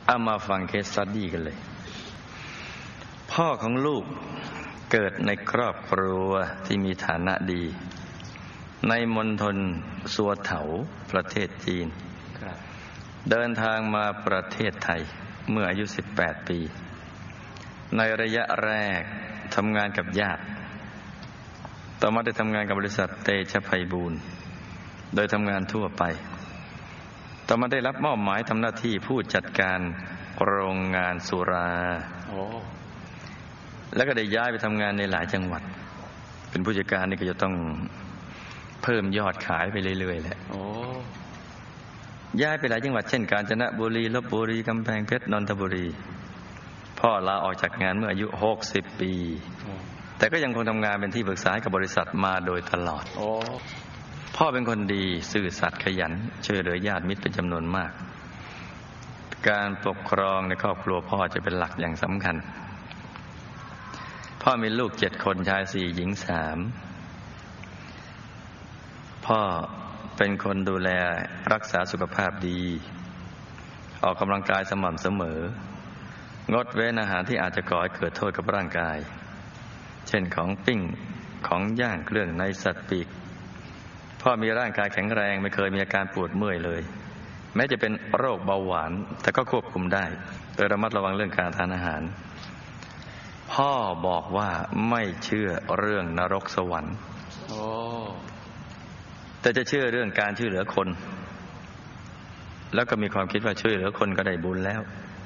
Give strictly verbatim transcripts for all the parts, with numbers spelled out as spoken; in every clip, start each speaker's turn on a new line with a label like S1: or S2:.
S1: เอามาฟังเคสสตั๊ดดี้กันเลยพ่อของลูกเกิดในครอบครัวที่มีฐานะดีในมณฑลซัวเถาประเทศจีนเดินทางมาประเทศไทยเมื่ออายุสิบแปดปีในระยะแรกทำงานกับญาติต่อมาได้ทำงานกับบริษัทเตชะไพบูลย์โดยทำงานทั่วไปต่อมาได้รับมอบหมายทำหน้าที่ผู้จัดการโรงงานสุราแล้วก็ได้ย้ายไปทำงานในหลายจังหวัดเป็นผู้จัดการนี่ก็จะต้องเพิ่มยอดขายไปเรื่อยๆแหละย้ายไปหลายจังหวัดเช่นกาญจนบุรีลพบุรีกำแพงเพชรนนทบุรีพ่อลาออกจากงานเมื่ออายุหกสิบปีแต่ก็ยังคงทำงานเป็นที่ปรึกษากับบริษัทมาโดยตลอดพ่อเป็นคนดีซื่อสัตย์ขยันช่วยเหลือญาติมิตรเป็นจำนวนมากการปกครองในครอบครัวพ่อจะเป็นหลักอย่างสำคัญพ่อมีลูกเจ็ดคนชายสี่หญิงสามพ่อเป็นคนดูแลรักษาสุขภาพดีออกกำลังกายสม่ำเสมองดเว้นอาหารที่อาจจะก่อให้เกิดโทษกับร่างกายเช่นของปิ้งของย่างเครื่องในสัตว์ปีกพ่อมีร่างกายแข็งแรงไม่เคยมีอาการปวดเมื่อยเลยแม้จะเป็นโรคเบาหวานแต่ก็ควบคุมได้โดยระมัดระวังเรื่องการทานอาหารพ่อบอกว่าไม่เชื่อเรื่องนรกสวรรค์แต่จะเชื่อเรื่องการช่วยเหลือคนแล้วก็มีความคิดว่าช่วยเหลือคนก็ได้บุญแล้ว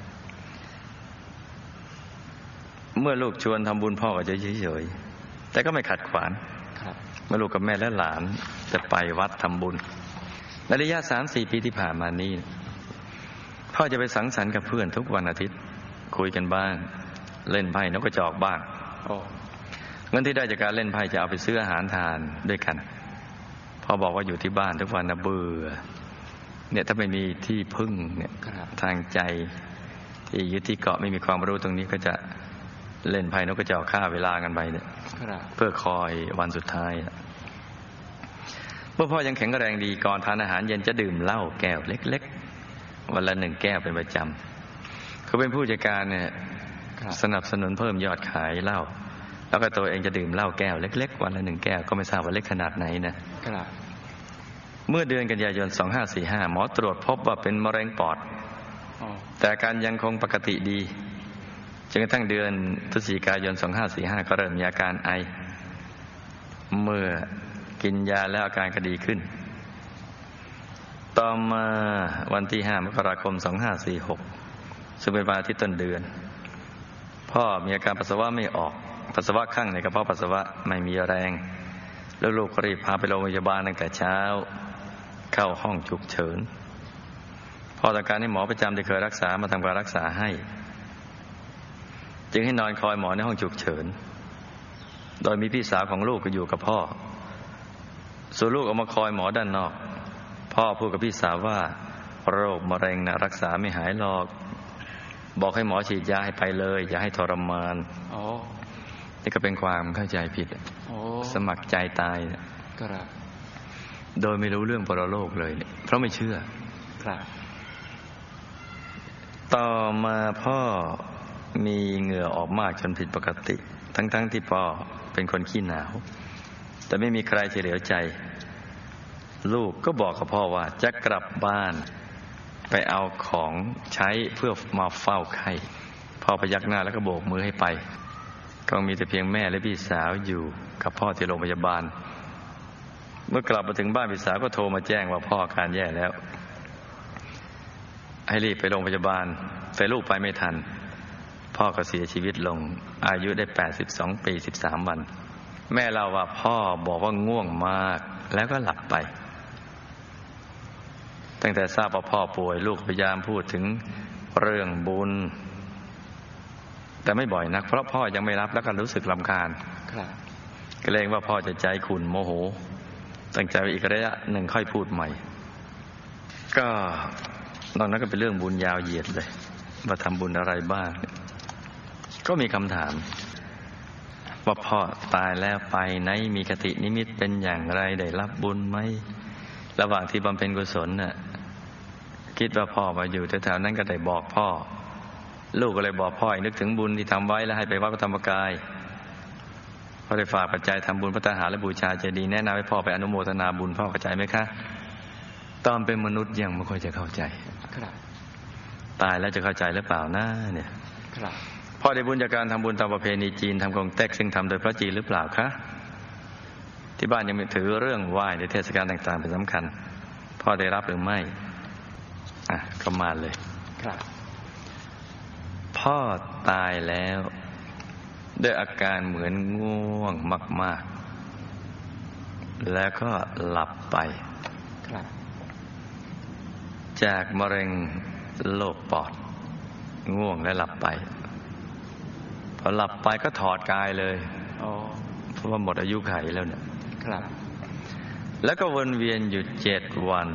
S1: เมื่อลูกชวนทำบุญพ่อก็จะเฉยๆแต่ก็ไม่ขัดขวางเมื่อลูกกับแม่และหลานจะไปวัดทำบุญในระยะสามสี่ปีที่ผ่านมานี้พ่อจะไปสังสรรค์กับเพื่อนทุกวันอาทิตย์คุยกันบ้างเล่นไพ่นกกระจอกบ้างเงินที่ได้จากการเล่นไพ่จะเอาไปซื้ออาหารทานด้วยกันพ่อบอกว่าอยู่ที่บ้านทุกวันนะเบื่อเนี่ยถ้าไม่มีที่พึ่งเนี่ยทางใจที่ยึดที่เกาะไม่มีความรู้ตรงนี้ก็จะเล่นไพ่นกกระจอกฆ่าเวลากันไปเนี่ยเพื่อคอยวันสุดท้ายเมื่อพ่อยังแข็งแรงดีก่อนทานอาหารเย็นจะดื่มเหล้าแก้วเล็กๆวันละหนึ่งแก้วเป็นประจำเขาเป็นผู้จัดการเนี่ยสนับสนุนเพิ่มยอดขายเหล้าแล้วก็ตัวเองจะดื่มเหล้าแก้วเล็กๆวันละหนึ่งแก้วก็ไม่ทราบว่าเล็กขนาดไหนนะเมื่อเดือนกันยายนสองห้าสี่ห้าหมอตรวจพบว่าเป็นมะเร็งปอดแต่อาการยังคงปกติดีจนกระทั่งเดือนพฤศจิกายนสองห้าสี่ห้าก็เริ่มมีอาการไอเมื่อกินยาแล้วอาการก็ดีขึ้นต่อมาวันที่ห้ามกราคมสองห้าสี่หกซึ่งเป็นวันอาทิตย์ต้นเดือนพ่อมีอาการปัสสาวะไม่ออกปัสสาวะข้างในกระเพาะปัสสาวะไม่มีแรงแล้วลูกก็รีบพาไปโรงพยาบาลตั้งแต่เช้าเข้าห้องฉุกเฉินพ่อต้องการให้หมอประจำที่เคยรักษามาทำการรักษาให้จึงให้นอนคอยหมอในห้องฉุกเฉินโดยมีพี่สาวของลูกก็อยู่กับพ่อส่วนลูกออกมาคอยหมอด้านนอกพ่อพูดกับพี่สาวว่าโรคมะเร็งนะรักษาไม่หายหรอกบอกให้หมอฉีดยาให้ไปเลยอย่าให้ทรมานอ๋อนี่ก็เป็นความเข้าใจผิดสมัครใจตายครับโดยไม่รู้เรื่องปรโลกเลยเพราะไม่เชื่อครับต่อมาพ่อมีเหงื่อออกมากจนผิดปกติทั้งๆ ท, ที่พ่อเป็นคนขี้หนาวแต่ไม่มีใครเฉลียวใจลูกก็บอกกับพ่อว่าจะกลับบ้านไปเอาของใช้เพื่อมาเฝ้าไข้พ่อพยักหน้าแล้วก็โบกมือให้ไปก็มีแต่เพียงแม่และพี่สาวอยู่กับพ่อที่โรงพยาบาลเมื่อกลับมาถึงบ้านพี่สาวก็โทรมาแจ้งว่าพ่ออาการแย่แล้วให้รีบไปโรงพยาบาลแต่ลูกไปไม่ทันพ่อก็เสียชีวิตลงอายุได้แปดสิบสองปีสิบสามวันแม่เล่าว่าพ่อบอกว่าง่วงมากแล้วก็หลับไปตั้งแต่ทราบว่าพ่อป่วยลูกพยายามพูดถึงเรื่องบุญแต่ไม่บ่อยนักเพราะพ่อยังไม่รับแล้วก็รู้สึกรำคาญเกรงว่าพ่อจะใจขุ่นโมโหตั้งใจไว้อีกระยะหนึ่งค่อยพูดใหม่ก็นอกนั้นก็เป็นเรื่องบุญยาวเหยียดเลยว่าทำบุญอะไรบ้างก็มีคำถามว่าพ่อตายแล้วไปไหนมีคตินิมิตเป็นอย่างไรได้รับบุญไหมระหว่างที่บำเพ็ญกุศลน่ะคิดว่าพ่อมาอยู่แถวๆนั้นก็ได้บอกพ่อลูกก็เลยบอกพ่อให้นึกถึงบุญที่ทำไว้แล้วให้ไปวัดพระธรรมกายพ่อได้ฝากปัจจัยทำบุญพระทหารและบูชาเจดีย์แนะนำให้พ่อไปอนุโมทนาบุญพ่อเข้าใจไหมคะตอนเป็นมนุษย์ยังไม่ค่อยจะเข้าใจครับตายแล้วจะเข้าใจหรือเปล่านะเนี่ยครับพ่อได้บุญจากการทำบุญตามประเพณีจีนทำกงเต็กซึ่งทำโดยพระจีนหรือเปล่าคะที่บ้านยังถือเรื่องไหว้ในเทศกาลต่างๆเป็นสำคัญพ่อได้รับหรือไม่อ่ะก็มาเลยครับพ่อตายแล้วด้วยอาการเหมือนง่วงมากๆแล้วก็หลับไปครับจากมะเร็งโรคปอดง่วงและหลับไปพอหลับไปก็ถอดกายเลยเพราะว่าหมดอายุไขแล้วเนี่ยครับแล้วก็วนเวียนอยู่เจ็ดวัน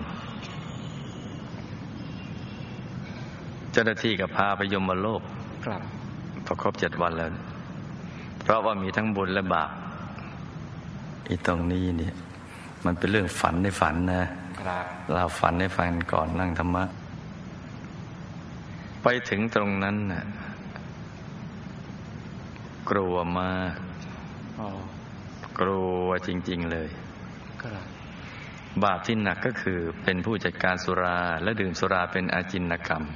S1: เจ้าหน้าที่ก็พาไปยมโลกครับพอครบเจ็ดวันแล้วเพราะว่ามีทั้งบุญและบาปอีตรงนี้เนี่ยมันเป็นเรื่องฝันในฝันนะครับเราฝันในฝันก่อนนั่งธรรมะไปถึงตรงนั้นน่ะกลัวมากกลัวจริงๆเลยบาปที่หนักก็คือเป็นผู้จัดการสุราและดื่มสุราเป็นอาจินกรรม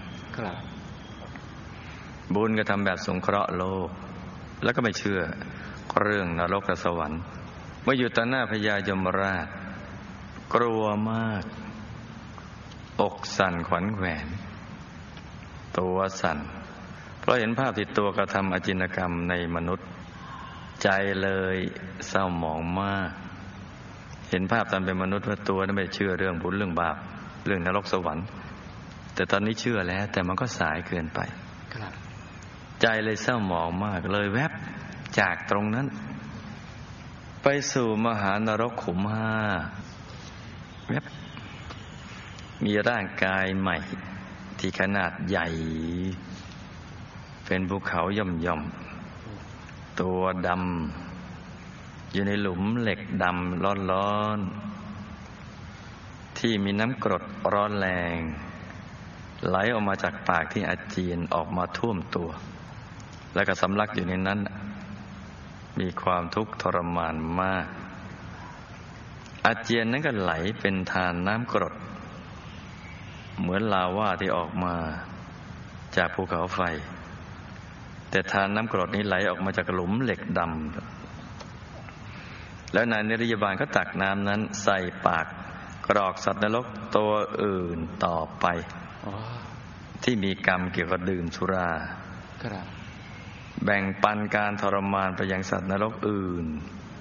S1: บุญก็ทำแบบสงเคราะห์โลกแล้วก็ไม่เชื่อเรื่องนรกและสวรรค์เมื่ออยู่ต่อหน้าพญายมราชกลัวมากอกสั่นขวัญแขวนตัวสั่นเพราะเห็นภาพที่ตัวกระทำอจินกรรมในมนุษย์ใจเลยเศร้าหมองมากเห็นภาพตอนเป็นมนุษย์ว่าตัวนั้นไม่เชื่อเรื่องบุญเรื่องบาปเรื่องนรกสวรรค์แต่ตอนนี้เชื่อแล้วแต่มันก็สายเกินไปใจเลยเศร้าหมองมากเลยแวบจากตรงนั้นไปสู่มหานรกขุมห้าแวบมีร่างกายใหม่ที่ขนาดใหญ่เป็นภูเขาย่อมๆตัวดำอยู่ในหลุมเหล็กดำร้อนๆที่มีน้ำกรดร้อนแรงไหลออกมาจากปากที่อาเจียนออกมาท่วมตัวแล้วก็สำลักอยู่ในนั้นมีความทุกข์ทรมานมากอาเจียนนั้นก็ไหลเป็นทานน้ำกรดเหมือนลาวาที่ออกมาจากภูเขาไฟแต่ทานน้ำกรดนี้ไหลออกมาจากหลุมเหล็กดำแล้วนายนิรยาบาลก็ตักน้ำนั้นใส่ปากกรอกสัตว์นรกตัวอื่นต่อไปที่มีกรรมเกี่ยวกับดื่มสุราแบ่งปันการทรมานไปยังสัตว์นรกอื่น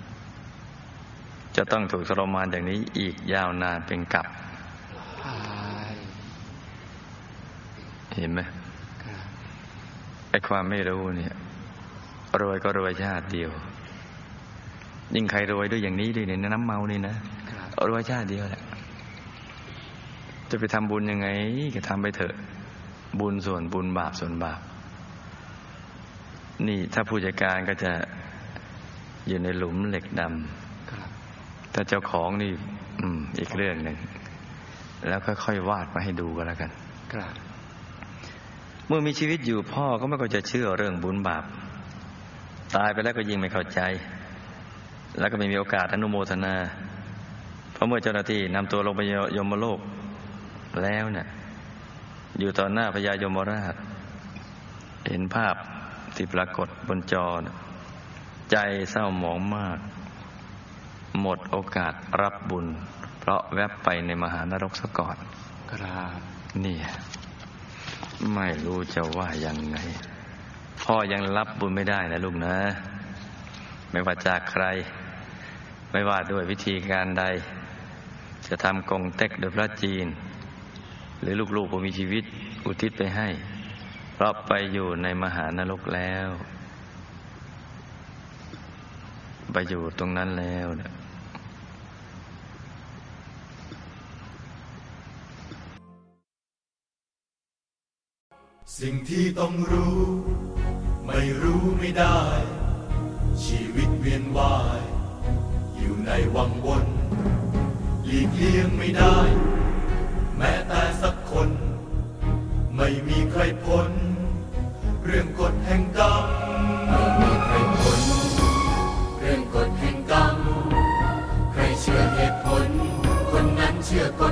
S1: จะต้องถูกทรมานอย่างนี้อีกยาวนานเป็นกลับเห็นไหมไอ้ความไม่รู้เนี่ยรวยก็รวยชาติเดียวยิ่งใครรวยด้วยอย่างนี้ด้วยเนี่ยน้ำเมานี่นะรวยชาติเดียวแหละจะไปทำบุญยังไงก็ทำไปเถอะบุญส่วนบุญบาปส่วนบาปนี่ถ้าผู้จัดการก็จะอยู่ในหลุมเหล็กดำถ้าเจ้าของนี่อืมอีกเรื่องหนึ่งแล้วค่อยๆวาดมาให้ดูกันแล้วกันเมื่อมีชีวิตอยู่พ่อก็ไม่ก็จะเชื่อเรื่องบุญบาปตายไปแล้วก็ยิ่งไม่เข้าใจแล้วก็ไม่มีโอกาสอนุโมทนาเพราะเมื่อเจ้าหน้าที่นำตัวลงไปยมโลกแล้วเนี่ยอยู่ต่อหน้าพญายมราชเห็นภาพที่ปรากฏบนจอใจเศร้าหมองมากหมดโอกาสรับบุญเพราะแวบไปในมหานรกซะก่อนครับนี่ไม่รู้จะว่ายังไงพ่อยังรับบุญไม่ได้นะลูกนะไม่ว่าจากใครไม่ว่าด้วยวิธีการใดจะทำกงเต็กโดยพระจีนหรือลูกๆผู้มีชีวิตอุทิศไปให้เพราะไปอยู่ในมหานรกแล้วไปอยู่ตรงนั้นแล้วเนี่ย
S2: สิ่งที่ต้องรู้ไม่รู้ไม่ได้ชีวิตเวียนว่ายอยู่ในวังวนหลีกเลี่ยงไม่ได้แม้แต่สักคนรพ้นเรื่องกฎแห่งกรรม
S3: ไม่มีใครพ้นเรื่องกฎแห่งกรรมใครเชื่อเหตุผลคนนั้นเชื่อกฎ